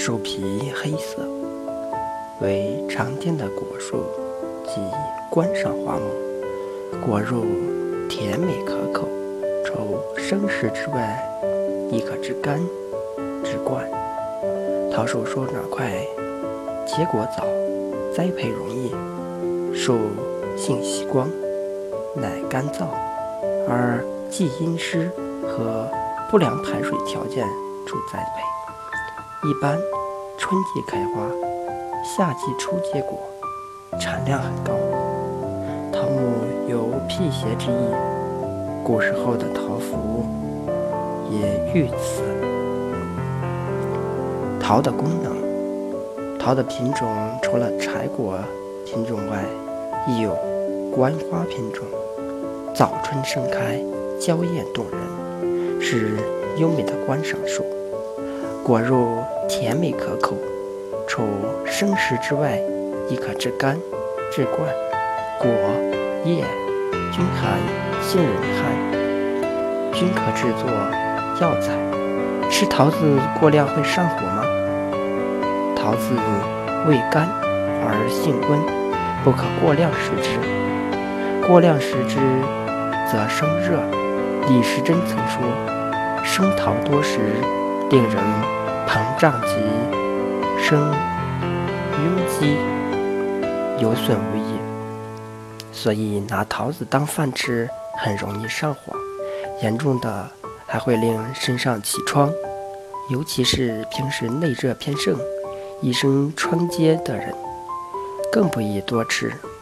树皮黑色，为常见的果树及观赏花木，果肉甜美可口，除生食之外，亦可治肝、治冠。桃树生长快，结果早，栽培容易，树性喜光，耐干燥，而忌阴湿和不良排水条件处栽培。一般春季开花，夏季初结果，产量很高。桃木有辟邪之意，古时候的桃符也寓此。桃的功能，桃的品种除了柴果品种外，亦有观花品种。早春盛开，娇艳动人，是优美的观赏树。果肉甜美可口，除生食之外，亦可治肝、治冠。果、叶均含杏仁苷，均可制作药材。吃桃子过量会上火吗？桃子味甘而性温，不可过量食之。过量食之，则生热。李时珍曾说：“生桃多食，令人膨胀及生痈积，有损无益。”所以拿桃子当饭吃很容易上火，严重的还会令身上起疮，尤其是平时内热偏盛、易生疮疖的人，更不宜多吃。